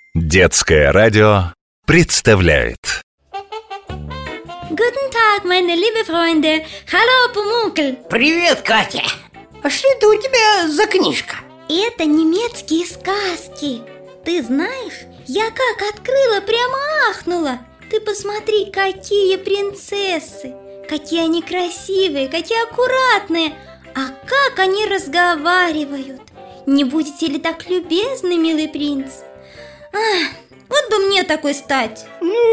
Детское радио представляет. Guten Tag, meine liebe Freunde. Hallo, Pumuckl. Привет, Катя. А что это у тебя за книжка? Это немецкие сказки. Ты знаешь, я как открыла, прямо ахнула. Ты посмотри, какие принцессы. Какие они красивые, какие аккуратные. А как они разговаривают. Не будете ли так любезны, милый принц? Вот бы мне такой стать.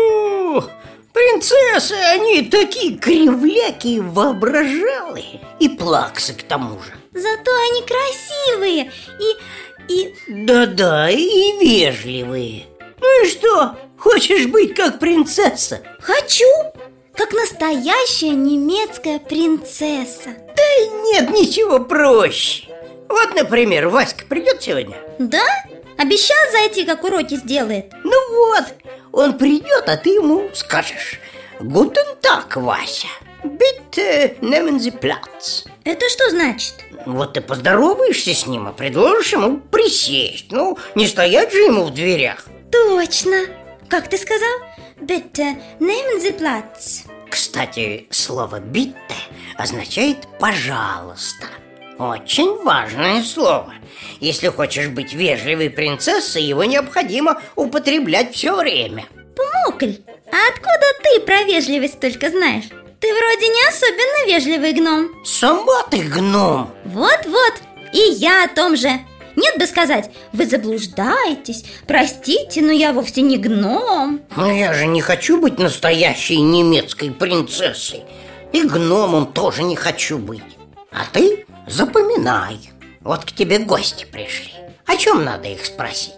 Ну, принцессы, они такие кривляки и воображалые. И плаксы к тому же. Зато они красивые и... Да-да, и вежливые. Ну и что, хочешь быть как принцесса? Хочу, как настоящая немецкая принцесса. Да нет ничего проще. Вот, например, Васька придет сегодня? Да? Обещал зайти, как уроки сделает. Ну вот, он придет, а ты ему скажешь: «Guten Tag, Вася, bitte nehmen Sie Platz». Это что значит? Вот ты поздороваешься с ним и предложишь ему присесть. Ну, не стоять же ему в дверях. Точно. Как ты сказал? Bitte nehmen Sie Platz. Кстати, слово «bitte» означает «пожалуйста». Очень важное слово. Если хочешь быть вежливой принцессой, его необходимо употреблять все время. Пумукль, а откуда ты про вежливость только знаешь? Ты вроде не особенно вежливый гном. Сама ты гном. Вот-вот, и я о том же. Нет бы сказать: вы заблуждаетесь, простите, но я вовсе не гном. Но я же не хочу быть настоящей немецкой принцессой. И гномом тоже не хочу быть. А ты запоминай. Вот к тебе гости пришли. О чем надо их спросить?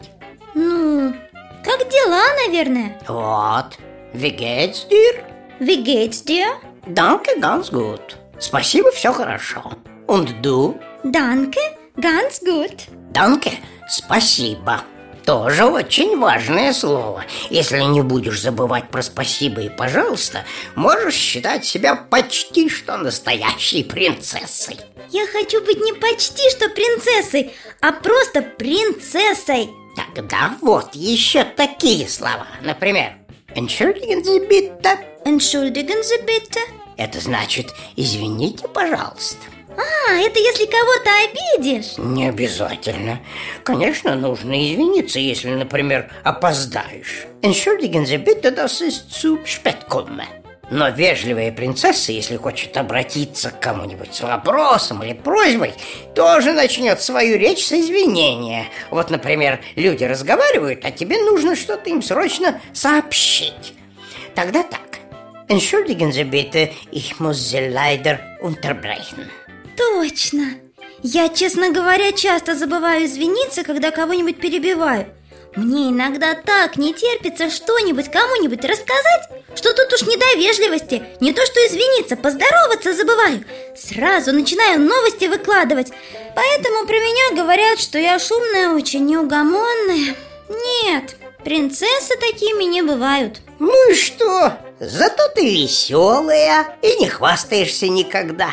Ну, как дела, наверное. Вот. Wie geht's dir? Wie geht's dir? Danke, ganz gut. Спасибо, все хорошо. Und du? Danke, ganz gut. Danke, спасибо. Тоже очень важное слово. Если не будешь забывать про спасибо и пожалуйста, можешь считать себя почти что настоящей принцессой. Я хочу быть не почти что принцессой, а просто принцессой. Тогда вот еще такие слова. Например, Entschuldigen Sie bitte. Entschuldigen Sie bitte. Это значит «извините, пожалуйста». Это если кого-то обидишь? Не обязательно. Конечно, нужно извиниться, если, например, опоздаешь. Entschuldigen Sie bitte, das ist zu spät kommen. Но вежливая принцесса, если хочет обратиться к кому-нибудь с вопросом или просьбой, тоже начнет свою речь с извинения. Вот, например, люди разговаривают, а тебе нужно что-то им срочно сообщить. Тогда так. Entschuldigen Sie bitte, ich muss Sie leider unterbrechen. Точно. Я, честно говоря, часто забываю извиниться, когда кого-нибудь перебиваю. Мне иногда так не терпится что-нибудь кому-нибудь рассказать, что тут уж не до вежливости. Не то что извиниться, поздороваться забываю. Сразу начинаю новости выкладывать. Поэтому про меня говорят, что я шумная, очень неугомонная. Нет, принцессы такими не бывают. Ну и что? Зато ты веселая и не хвастаешься никогда.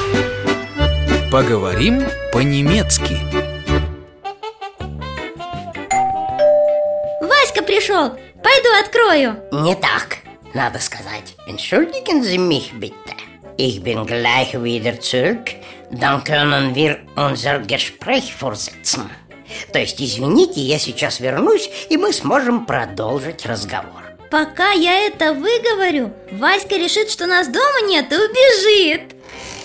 Поговорим по-немецки. Васька пришел, пойду открою. Не так, надо сказать. Entschuldigen Sie mich bitte. Ich bin gleich wieder zurück. Dann können wir unser Gespräch fortsetzen. То есть, извините, я сейчас вернусь, и мы сможем продолжить разговор. Пока я это выговорю, Васька решит, что нас дома нет, и убежит.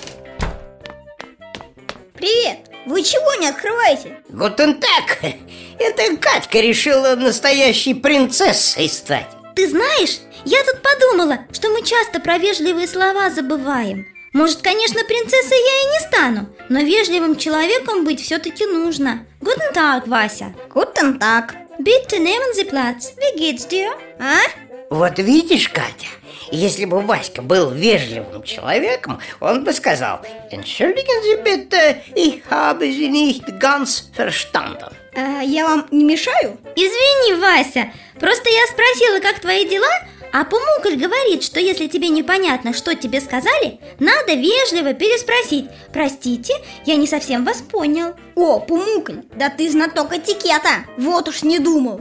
Привет! Вы чего не открываете? Guten Tag! Это Катька решила настоящей принцессой стать. Ты знаешь, я тут подумала, что мы часто про вежливые слова забываем. Может, конечно, принцессой я и не стану, но вежливым человеком быть все-таки нужно. Guten Tag, Вася. Guten Tag. Bitte nehmen Sie Platz. Wie geht's dir? Вот видишь, Катя, если бы Васька был вежливым человеком, он бы сказал: Entschuldigen Sie bitte, ich habe Sie nicht ganz verstanden. Я вам не мешаю? Извини, Вася, просто я спросила, как твои дела, а Пумукль говорит, что если тебе непонятно, что тебе сказали, надо вежливо переспросить: простите, я не совсем вас понял. О, Пумукль, да ты знаток этикета. Вот уж не думал.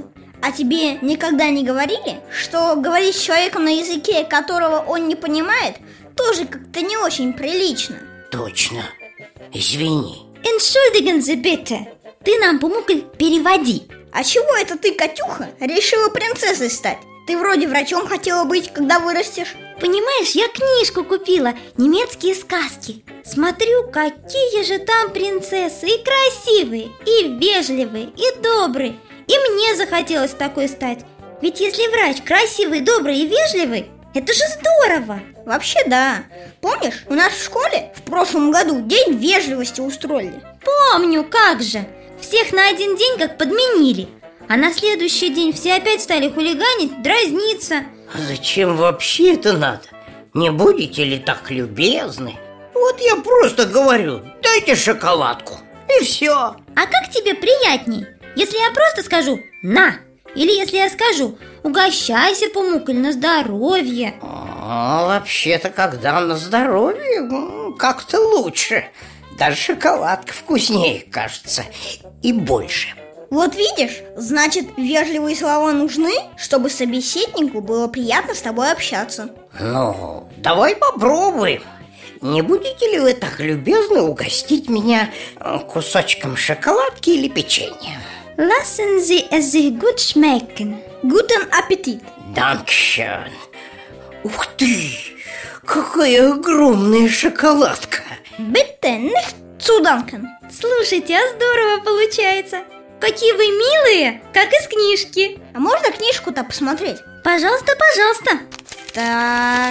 А тебе никогда не говорили, что говорить с человеком на языке, которого он не понимает, тоже как-то не очень прилично? Точно. Извини. Entschuldigen Sie bitte. Ты нам, Пумукль, переводи. А чего это ты, Катюха, решила принцессой стать? Ты вроде врачом хотела быть, когда вырастешь. Понимаешь, я книжку купила «Немецкие сказки». Смотрю, какие же там принцессы. И красивые, и вежливые, и добрые. И мне захотелось такой стать. Ведь если врач красивый, добрый и вежливый, это же здорово. Вообще да. Помнишь, у нас в школе в прошлом году день вежливости устроили? Помню, как же. Всех на один день как подменили. А на следующий день все опять стали хулиганить, дразниться. А зачем вообще это надо? Не будете ли так любезны? Вот я просто говорю, дайте шоколадку, и все. А как тебе приятней? Если я просто скажу «на», или если я скажу «угощайся, Пумукль, на здоровье». Вообще-то, когда на здоровье, как-то лучше. Даже шоколадка вкуснее, кажется, и больше. Вот видишь, значит, вежливые слова нужны, чтобы собеседнику было приятно с тобой общаться. Ну, давай попробуем. Не будете ли вы так любезны угостить меня кусочком шоколадки или печенья? Lassen Sie es sich gut schmecken. Guten Appetit. Dankeschön. Ух ты, какая огромная шоколадка. Bitte nicht zu danken. Слушайте, а здорово получается. Какие вы милые, как из книжки. А можно книжку-то посмотреть? Пожалуйста, пожалуйста. Так,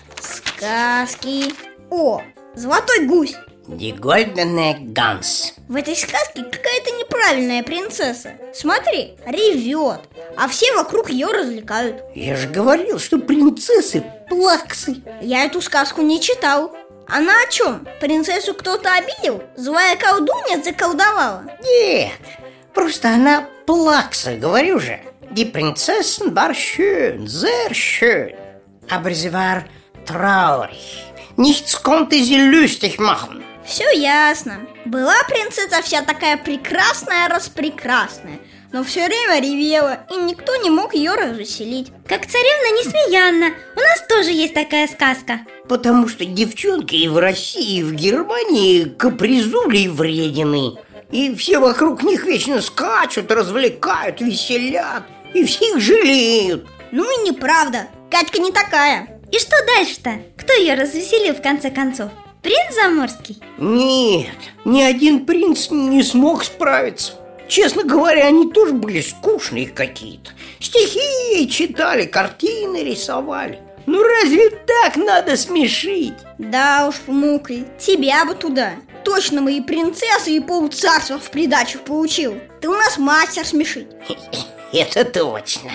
сказки. О, золотой гусь. Die goldene Gans. В этой сказке какая-то неправильная принцесса. Смотри, ревет, а все вокруг ее развлекают. Я же говорил, что принцессы плаксы. Я эту сказку не читал. Она о чем? Принцессу кто-то обидел? Злая колдунья заколдовала? Нет, просто она плакса, говорю же. Die Prinzessin war schön, sehr schön. Aber sie war traurig. Nichts konnte sie lustig machen. Все ясно. Была принцесса вся такая прекрасная-распрекрасная, но все время ревела, и никто не мог ее развеселить. Как царевна Несмеянна. У нас тоже есть такая сказка. Потому что девчонки и в России, и в Германии капризули и вредины. И все вокруг них вечно скачут, развлекают, веселят. И все их жалеют. Ну и неправда. Катька не такая. И что дальше-то? Кто ее развеселил в конце концов? Принц Заморский? Нет, ни один принц не смог справиться. Честно говоря, они тоже были скучные какие-то. Стихи читали, картины рисовали. Ну разве так надо смешить? Да уж, Пумукль, тебя бы туда. Точно мы и принцессы, и полцарства в придачу получил. Ты у нас мастер смешить. Это точно.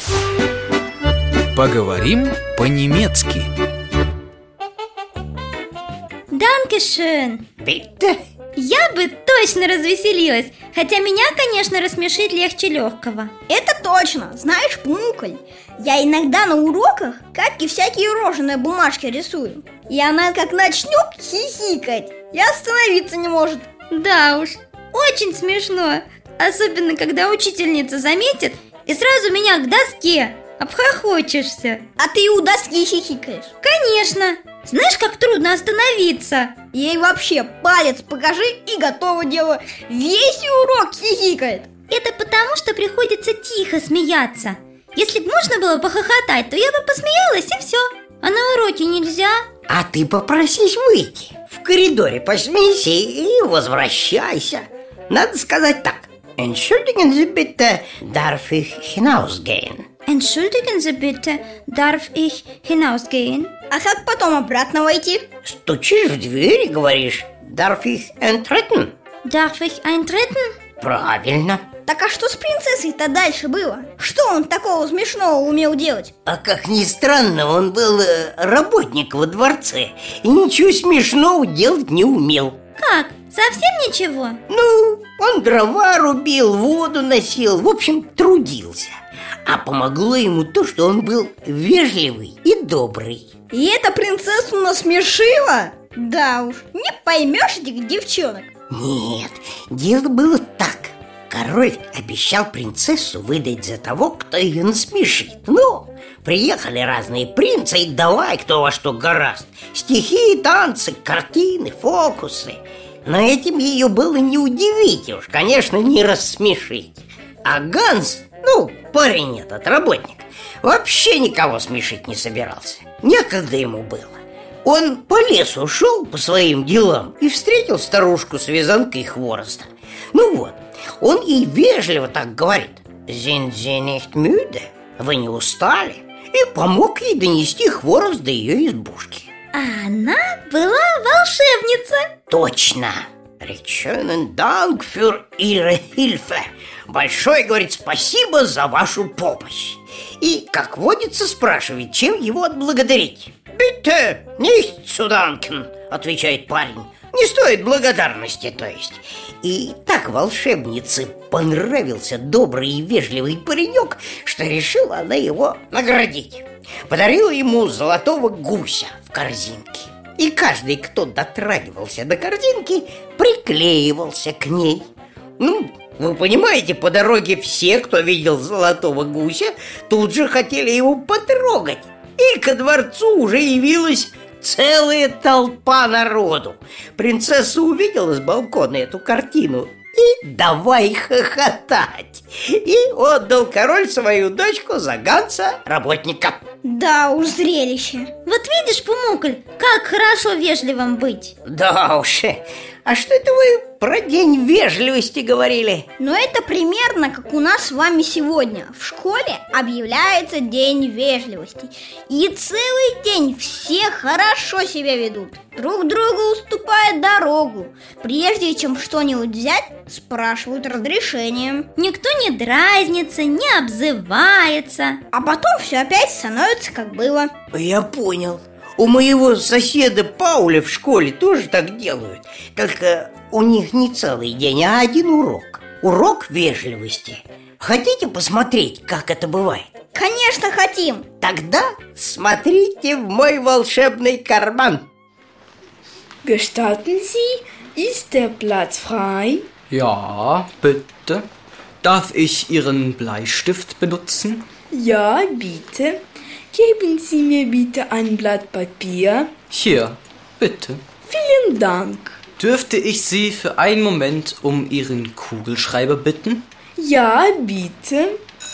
Поговорим по-немецки. Dankeschön. Bitte? Я бы точно развеселилась. Хотя меня, конечно, рассмешить легче легкого. Это точно. Знаешь, Пумукль, я иногда на уроках Катьке всякие рожи на бумажке рисую. И она как начнет хихикать, и остановиться не может. Да уж, очень смешно. Особенно, когда учительница заметит и сразу меня к доске. Обхохочешься. А ты у доски хихикаешь? Конечно. Знаешь, как трудно остановиться. Ей вообще палец покажи, и готово дело. Весь урок хихикает. Это потому, что приходится тихо смеяться. Если бы можно было похохотать, то я бы посмеялась, и все. А на уроке нельзя. А ты попросись выйти. В коридоре посмейся и возвращайся. Надо сказать так. Entschuldigen Sie bitte, darf ich hinausgehen? Entschuldigen Sie bitte, darf ich hinausgehen? А как потом обратно войти? Стучишь в дверь и говоришь darf ich eintreten? Darf ich eintreten? Правильно. Так а что с принцессой-то дальше было? Что он такого смешного умел делать? А как ни странно, он был работник во дворце и ничего смешного делать не умел. Как? Совсем ничего? Ну, он дрова рубил, воду носил, в общем, трудился. А помогло ему то, что он был вежливый и добрый. И эта принцессу насмешила? Да уж, не поймешь этих девчонок. Нет, дело было так. король обещал принцессу выдать за того, кто ее насмешит. Ну, приехали разные принцы, и давай кто во что гораст. Стихи, танцы, картины, фокусы. Но этим ее было не удивить, и уж, конечно, не рассмешить. А Ганс, парень этот, работник, вообще никого смешить не собирался. Некогда ему было. Он по лесу шел по своим делам и встретил старушку с вязанкой хвороста. Он ей вежливо так говорит: «Sind Sie nicht müde? Вы не устали?» И помог ей донести хворост до ее избушки. А она была волшебница. Точно! Schönen Dank für Ihre Hilfe. Большое, говорит, спасибо за вашу помощь. И, как водится, спрашивает, чем его отблагодарить. «Bitte nicht zu danken», отвечает парень. Не стоит благодарности, то есть. И так волшебнице понравился добрый и вежливый паренек, что решила она его наградить. Подарила ему золотого гуся в корзинке. И каждый, кто дотрагивался до корзинки, приклеивался к ней. Вы понимаете, по дороге все, кто видел золотого гуся, тут же хотели его потрогать. И ко дворцу уже явилась целая толпа народу. Принцесса увидела с балкона эту картину и давай хохотать. И отдал король свою дочку за Ганса, работника. Да уж, зрелище. Вот видишь, Пумукль, как хорошо вежливым быть. Да уж. А что это вы про день вежливости говорили? Это примерно как у нас с вами сегодня. В школе объявляется день вежливости. И целый день все хорошо себя ведут, друг другу уступают дорогу. Прежде чем что-нибудь взять, спрашивают разрешение. Никто не дразнится, не обзывается. А потом все опять становится как было. Я понял. У моего соседа Пауля в школе тоже так делают. Только у них не целый день, а один урок. Урок вежливости. Хотите посмотреть, как это бывает? Конечно, хотим. Тогда смотрите в мой волшебный карман. Gestatten Sie, ist der Platz frei? Ja, bitte. Darf ich Ihren Bleistift benutzen? Ja, bitte. Geben Sie mir bitte ein Blatt Papier. Hier, bitte. Vielen Dank. Dürfte ich Sie für einen Moment um Ihren Kugelschreiber bitten? Ja, bitte.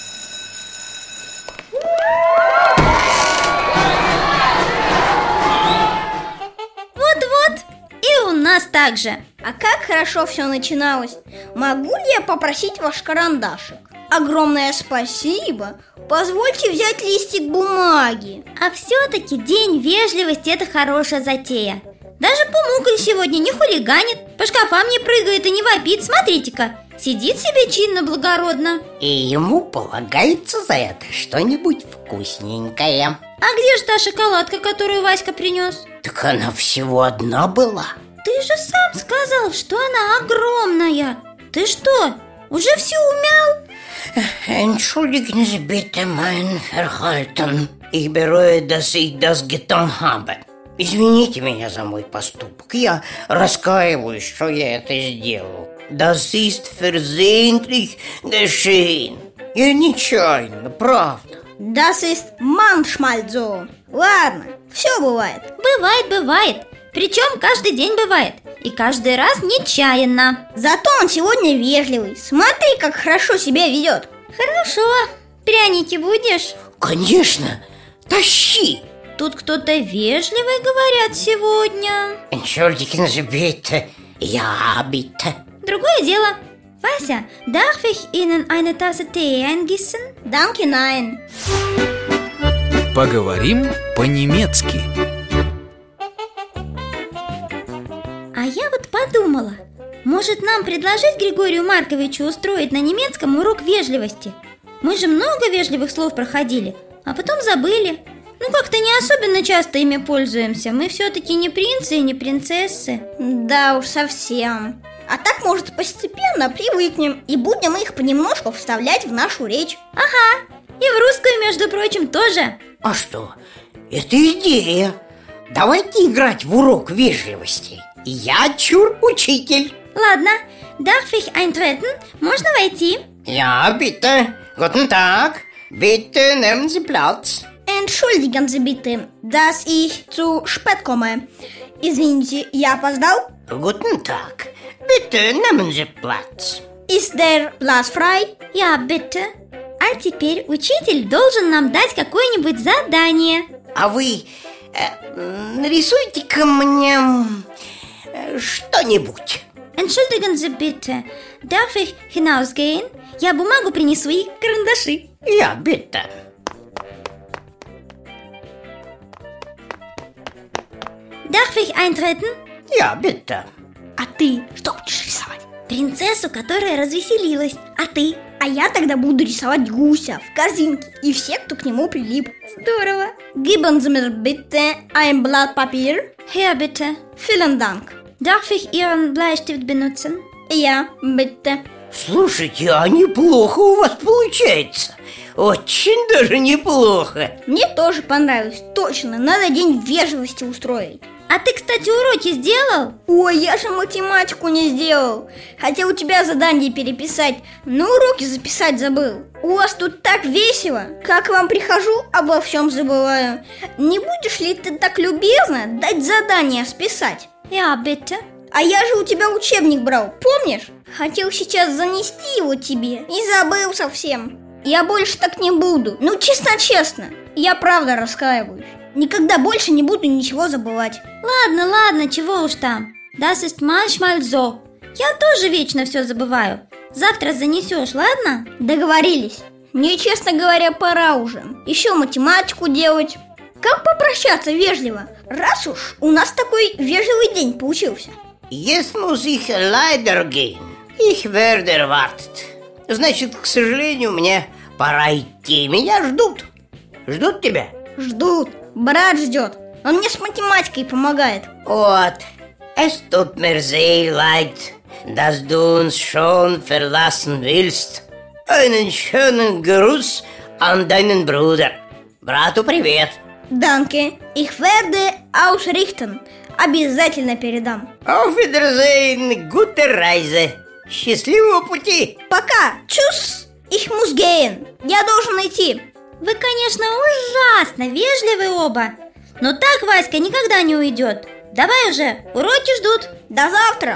Вот-вот, и у нас так же. А как хорошо все начиналось. Могу ли я попросить ваш карандашик? Огромное спасибо. Позвольте взять листик бумаги. А все-таки день вежливости – это хорошая затея. Даже Пумукль сегодня не хулиганит, по шкафам не прыгает и не вопит. Смотрите-ка, сидит себе чинно, благородно. И ему полагается за это что-нибудь вкусненькое. А где же та шоколадка, которую Васька принес? Так она всего одна была. Ты же сам сказал, что она огромная. Ты что, уже все умял? Entschuldigen Sie bitte mein Verhalten. Ich bereue, dass ich das getan habe. Извините меня за мой поступок. Я раскаиваюсь, что я это сделал. Das ist versehentlich geschehen. Я нечаянно, правда. Das ist manchmal so. Ладно, все бывает. Бывает. Причем каждый день бывает. И каждый раз нечаянно. Зато он сегодня вежливый. Смотри, как хорошо себя ведет. Хорошо. Пряники будешь? Конечно. Тащи. Тут кто-то вежливый, говорят, сегодня. Entschuldigen Sie bitte. Ja, bitte. Другое дело. Вася, darf ich Ihnen eine Tasse Tee eingießen? Danke, nein. Поговорим по-немецки. А я вот подумала, может нам предложить Григорию Марковичу устроить на немецком урок вежливости? Мы же много вежливых слов проходили, а потом забыли. Как-то не особенно часто ими пользуемся. Мы все-таки не принцы и не принцессы. Да уж, совсем. А так, может, постепенно привыкнем и будем их понемножку вставлять в нашу речь. Ага, и в русскую, между прочим, тоже. А что? Это идея. Давайте играть в урок вежливости. Я чур учитель. Ладно, Darf ich eintreten? Можно войти? Ja, bitte. Guten Tag. Bitte nehmen Sie Platz. Entschuldigen Sie bitte, dass ich zu spät komme. Извините, я опоздал? Guten Tag. Bitte nehmen Sie Platz. Ist der Platz frei? Ja, bitte. А теперь учитель должен нам дать какое-нибудь задание. А вы нарисуйте-ка мне что-нибудь. Entschuldigen Sie bitte, darf ich hinausgehen? Я бумагу принесу и карандаши. Ja, bitte. Darf ich eintreten? Ja, bitte. А ты что будешь рисовать? Принцессу, которая развеселилась. А ты? А я тогда буду рисовать гуся в корзинке и все, кто к нему прилип. Здорово. Geben Sie mir bitte ein Blatt Papier. Hier bitte. Vielen Dank. Darf ich Ihren Bleistift benutzen? Ja, bitte. Слушайте, а неплохо у вас получается. Очень даже неплохо. Мне тоже понравилось. Точно, надо день вежливости устроить. А ты, кстати, уроки сделал? Ой, я же математику не сделал. Хотел у тебя задание переписать, но уроки записать забыл. У вас тут так весело. Как к вам прихожу, обо всем забываю. Не будешь ли ты так любезно дать задание списать? Ja, bitte. А я же у тебя учебник брал, помнишь? Хотел сейчас занести его тебе и забыл совсем. Я больше так не буду. Ну, честно-честно. Я правда раскаиваюсь. Никогда больше не буду ничего забывать. Ладно, ладно, чего уж там. Das ist manchmal so. Я тоже вечно все забываю. Завтра занесешь, ладно? Договорились. Мне, честно говоря, пора уже. Еще математику делать. Как попрощаться вежливо, раз уж у нас такой вежливый день получился? Jetzt muss ich leider gehen. Ich werde erwartet. Значит, к сожалению, мне пора идти. Меня ждут. Ждут тебя? Ждут. Брат ждет. Он мне с математикой помогает. Вот. Es tut mir sehr leid, dass du uns schon verlassen willst. Einen schönen Gruß an deinen Bruder. Брату привет. Danke. Ich werde ausrichten. Обязательно передам. Auf Wiedersehen, gute Reise. Счастливого пути. Пока. Tschüss. Ich muss gehen. Я должен идти. Вы, конечно, ужасно вежливы оба. Но так Васька никогда не уйдет. Давай уже, уроки ждут. До завтра.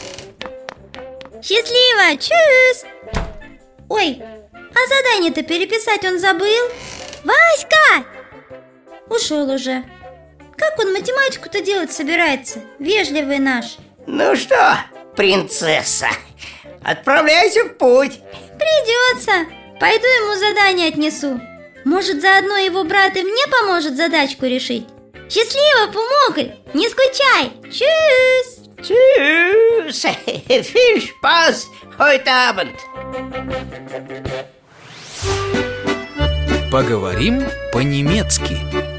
Счастливо, чус. Ой, а задание-то переписать он забыл. Васька! Ушел уже. Как он математику-то делать собирается? Вежливый наш. Ну что, принцесса, отправляйся в путь. Придется. Пойду ему задание отнесу. Может, заодно его брат и мне поможет задачку решить. Счастливо, Пумокль, не скучай. Tschüss. Tschüss. Viel Spaß heute Abend. Поговорим по-немецки.